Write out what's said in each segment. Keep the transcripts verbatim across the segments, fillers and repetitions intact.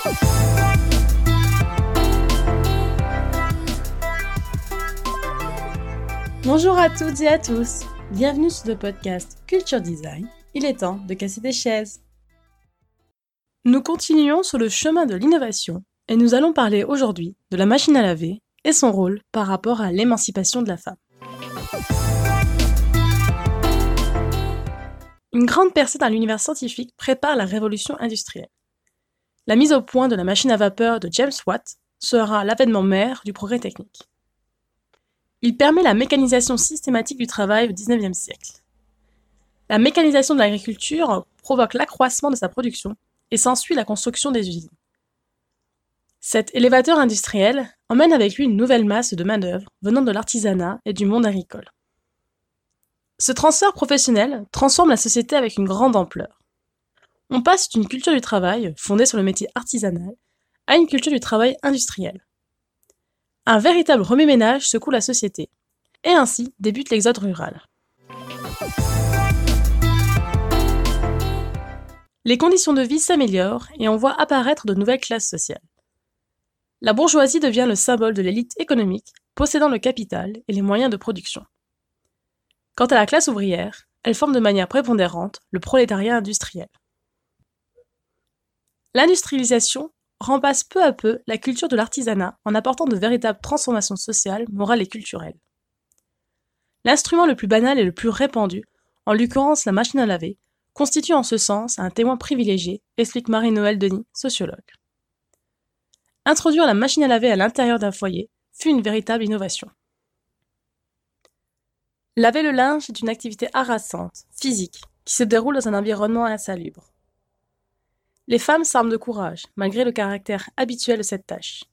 Bonjour à toutes et à tous, bienvenue sur le podcast Culture Design, il est temps de casser des chaises. Nous continuons sur le chemin de l'innovation et nous allons parler aujourd'hui de la machine à laver et son rôle par rapport à l'émancipation de la femme. Une grande percée dans l'univers scientifique prépare la révolution industrielle. La mise au point de la machine à vapeur de James Watt sera l'avènement mère du progrès technique. Il permet la mécanisation systématique du travail au dix-neuvième siècle. La mécanisation de l'agriculture provoque l'accroissement de sa production et s'ensuit la construction des usines. Cet élévateur industriel emmène avec lui une nouvelle masse de main-d'œuvre venant de l'artisanat et du monde agricole. Ce transfert professionnel transforme la société avec une grande ampleur. On passe d'une culture du travail fondée sur le métier artisanal à une culture du travail industriel. Un véritable remue-ménage secoue la société, et ainsi débute l'exode rural. Les conditions de vie s'améliorent et on voit apparaître de nouvelles classes sociales. La bourgeoisie devient le symbole de l'élite économique, possédant le capital et les moyens de production. Quant à la classe ouvrière, elle forme de manière prépondérante le prolétariat industriel. L'industrialisation remplace peu à peu la culture de l'artisanat en apportant de véritables transformations sociales, morales et culturelles. L'instrument le plus banal et le plus répandu, en l'occurrence la machine à laver, constitue en ce sens un témoin privilégié, explique Marie-Noëlle Denis, sociologue. Introduire la machine à laver à l'intérieur d'un foyer fut une véritable innovation. Laver le linge est une activité harassante, physique, qui se déroule dans un environnement insalubre. Les femmes s'arment de courage, malgré le caractère habituel de cette tâche.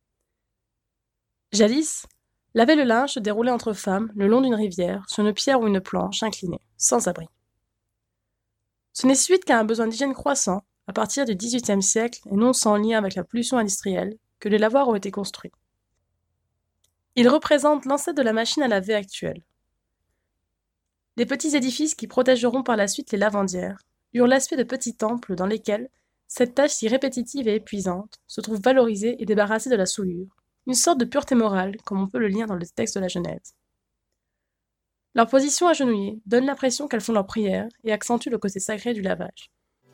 Jadis, laver le linge se déroulait entre femmes le long d'une rivière, sur une pierre ou une planche inclinée, sans abri. Ce n'est suite qu'à un besoin d'hygiène croissant, à partir du dix-huitième siècle et non sans lien avec la pollution industrielle, que les lavoirs ont été construits. Ils représentent l'ancêtre de la machine à laver actuelle. Les petits édifices qui protégeront par la suite les lavandières eurent l'aspect de petits temples dans lesquels cette tâche si répétitive et épuisante se trouve valorisée et débarrassée de la souillure, une sorte de pureté morale, comme on peut le lire dans le texte de la Genèse. Leur position agenouillée donne l'impression qu'elles font leur prière et accentue le côté sacré du lavage.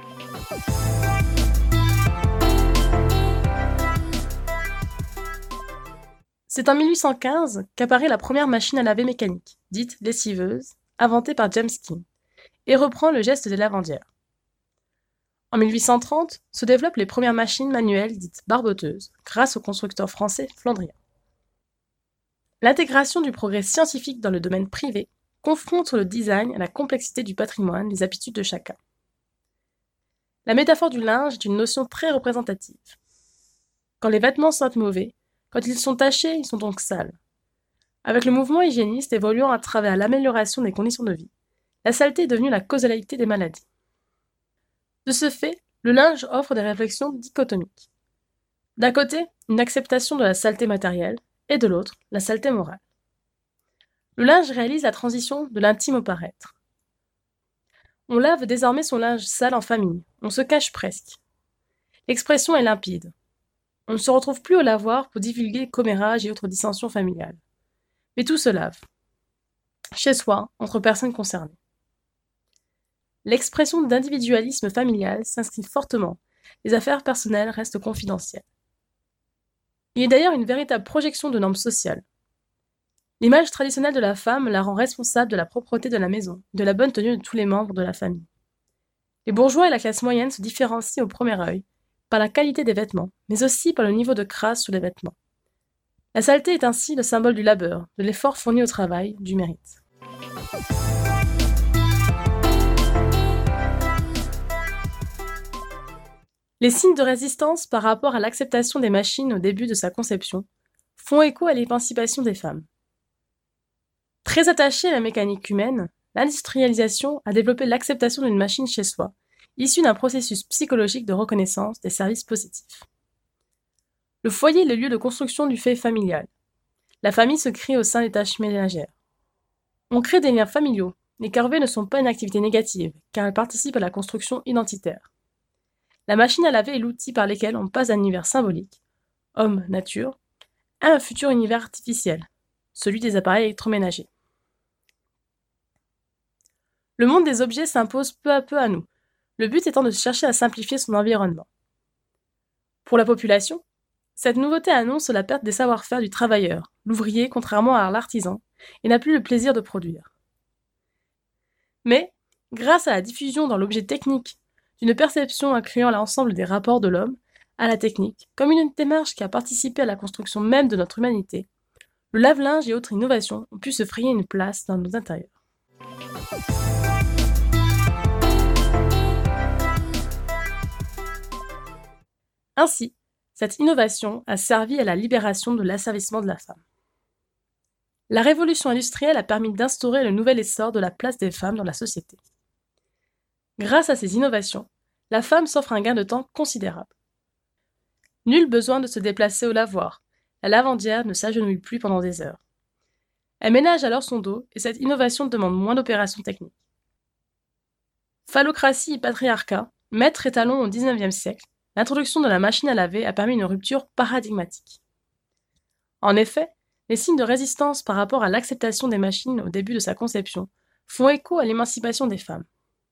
C'est en mille huit cent quinze qu'apparaît la première machine à laver mécanique, dite lessiveuse, inventée par James King, et reprend le geste des lavandières. En mille huit cent trente, se développent les premières machines manuelles dites barboteuses, grâce au constructeur français Flandrien. L'intégration du progrès scientifique dans le domaine privé confronte le design à la complexité du patrimoine, les habitudes de chacun. La métaphore du linge est une notion très représentative. Quand les vêtements sentent mauvais, quand ils sont tachés, ils sont donc sales. Avec le mouvement hygiéniste évoluant à travers l'amélioration des conditions de vie, la saleté est devenue la causalité des maladies. De ce fait, le linge offre des réflexions dichotomiques. D'un côté, une acceptation de la saleté matérielle, et de l'autre, la saleté morale. Le linge réalise la transition de l'intime au paraître. On lave désormais son linge sale en famille, on se cache presque. L'expression est limpide. On ne se retrouve plus au lavoir pour divulguer commérages et autres dissensions familiales. Mais tout se lave. Chez soi, entre personnes concernées. L'expression d'individualisme familial s'inscrit fortement, les affaires personnelles restent confidentielles. Il est d'ailleurs une véritable projection de normes sociales. L'image traditionnelle de la femme la rend responsable de la propreté de la maison, de la bonne tenue de tous les membres de la famille. Les bourgeois et la classe moyenne se différencient au premier œil par la qualité des vêtements, mais aussi par le niveau de crasse sur les vêtements. La saleté est ainsi le symbole du labeur, de l'effort fourni au travail, du mérite. Les signes de résistance par rapport à l'acceptation des machines au début de sa conception font écho à l'émancipation des femmes. Très attachée à la mécanique humaine, l'industrialisation a développé l'acceptation d'une machine chez soi, issue d'un processus psychologique de reconnaissance des services positifs. Le foyer est le lieu de construction du fait familial. La famille se crée au sein des tâches ménagères. On crée des liens familiaux. Les corvées ne sont pas une activité négative, car elles participent à la construction identitaire. La machine à laver est l'outil par lequel on passe d'un univers symbolique, homme-nature, à un futur univers artificiel, celui des appareils électroménagers. Le monde des objets s'impose peu à peu à nous, le but étant de chercher à simplifier son environnement. Pour la population, cette nouveauté annonce la perte des savoir-faire du travailleur, l'ouvrier contrairement à l'artisan, et n'a plus le plaisir de produire. Mais, grâce à la diffusion dans l'objet technique d'une perception incluant l'ensemble des rapports de l'homme à la technique, comme une démarche qui a participé à la construction même de notre humanité, le lave-linge et autres innovations ont pu se frayer une place dans nos intérieurs. Ainsi, cette innovation a servi à la libération de l'asservissement de la femme. La révolution industrielle a permis d'instaurer le nouvel essor de la place des femmes dans la société. Grâce à ces innovations, la femme s'offre un gain de temps considérable. Nul besoin de se déplacer au lavoir, la lavandière ne s'agenouille plus pendant des heures. Elle ménage alors son dos et cette innovation demande moins d'opérations techniques. Phallocratie et patriarcat, maître étalon au dix-neuvième siècle, l'introduction de la machine à laver a permis une rupture paradigmatique. En effet, les signes de résistance par rapport à l'acceptation des machines au début de sa conception font écho à l'émancipation des femmes.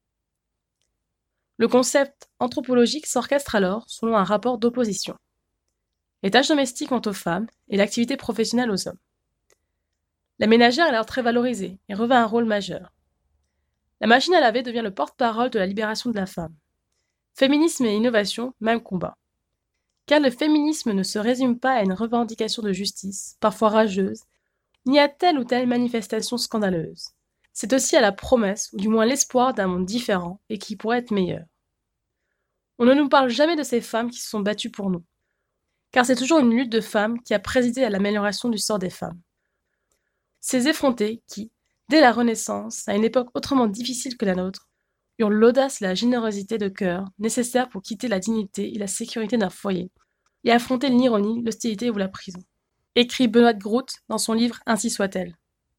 Le concept anthropologique s'orchestre alors selon un rapport d'opposition. Les tâches domestiques vont aux femmes et l'activité professionnelle aux hommes. La ménagère est alors très valorisée et revêt un rôle majeur. La machine à laver devient le porte-parole de la libération de la femme. Féminisme et innovation, même combat. Car le féminisme ne se résume pas à une revendication de justice, parfois rageuse, ni à telle ou telle manifestation scandaleuse. C'est aussi à la promesse, ou du moins l'espoir d'un monde différent et qui pourrait être meilleur. On ne nous parle jamais de ces femmes qui se sont battues pour nous, car c'est toujours une lutte de femmes qui a présidé à l'amélioration du sort des femmes. Ces effrontés qui, dès la Renaissance, à une époque autrement difficile que la nôtre, eurent l'audace et la générosité de cœur nécessaires pour quitter la dignité et la sécurité d'un foyer et affronter l'ironie, l'hostilité ou la prison. Écrit Benoît de Groot dans son livre Ainsi soit-elle.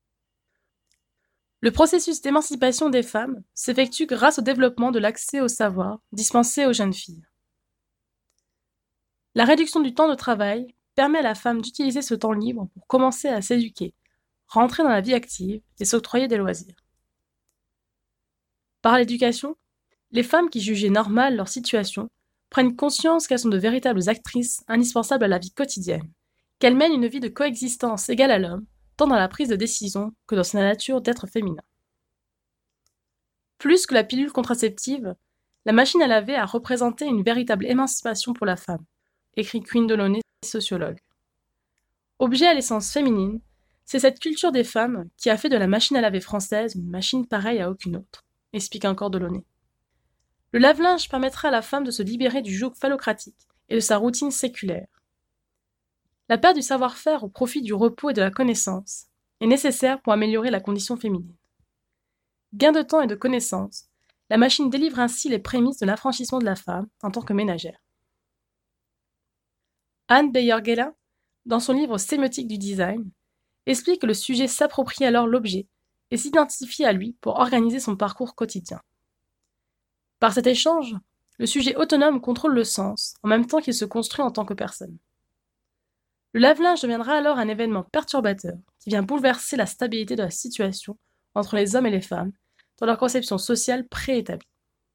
Le processus d'émancipation des femmes s'effectue grâce au développement de l'accès au savoir dispensé aux jeunes filles. La réduction du temps de travail permet à la femme d'utiliser ce temps libre pour commencer à s'éduquer, rentrer dans la vie active et s'octroyer des loisirs. Par l'éducation, les femmes qui jugeaient normale leur situation prennent conscience qu'elles sont de véritables actrices indispensables à la vie quotidienne, qu'elles mènent une vie de coexistence égale à l'homme, tant dans la prise de décision que dans sa nature d'être féminin. Plus que la pilule contraceptive, la machine à laver a représenté une véritable émancipation pour la femme, écrit Quinn Delaunay, sociologue. Objet à l'essence féminine, c'est cette culture des femmes qui a fait de la machine à laver française une machine pareille à aucune autre, explique encore Delaunay. Le lave-linge permettra à la femme de se libérer du joug phallocratique et de sa routine séculaire. La perte du savoir-faire au profit du repos et de la connaissance est nécessaire pour améliorer la condition féminine. Gain de temps et de connaissance, la machine délivre ainsi les prémices de l'affranchissement de la femme en tant que ménagère. Anne Beyer-Guélin, dans son livre Sémiotique du design, explique que le sujet s'approprie alors l'objet et s'identifie à lui pour organiser son parcours quotidien. Par cet échange, le sujet autonome contrôle le sens, en même temps qu'il se construit en tant que personne. Le lave-linge deviendra alors un événement perturbateur qui vient bouleverser la stabilité de la situation entre les hommes et les femmes dans leur conception sociale préétablie.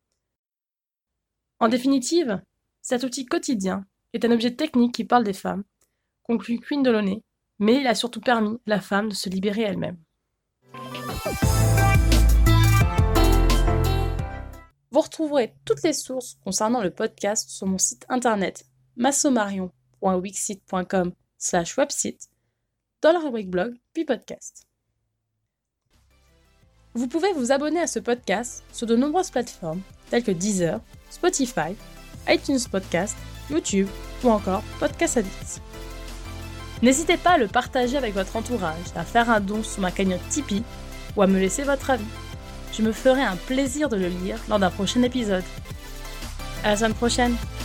En définitive, cet outil quotidien est un objet technique qui parle des femmes, conclut Quinn Delaunay, mais il a surtout permis à la femme de se libérer elle-même. Vous retrouverez toutes les sources concernant le podcast sur mon site internet massomarion point wixsite point com slash website dans la rubrique blog puis podcast. Vous pouvez vous abonner à ce podcast sur de nombreuses plateformes telles que Deezer, Spotify, iTunes Podcast, YouTube ou encore Podcast Addict. N'hésitez pas à le partager avec votre entourage, à faire un don sur ma cagnotte Tipeee ou à me laisser votre avis. Je me ferai un plaisir de le lire lors d'un prochain épisode. À la semaine prochaine!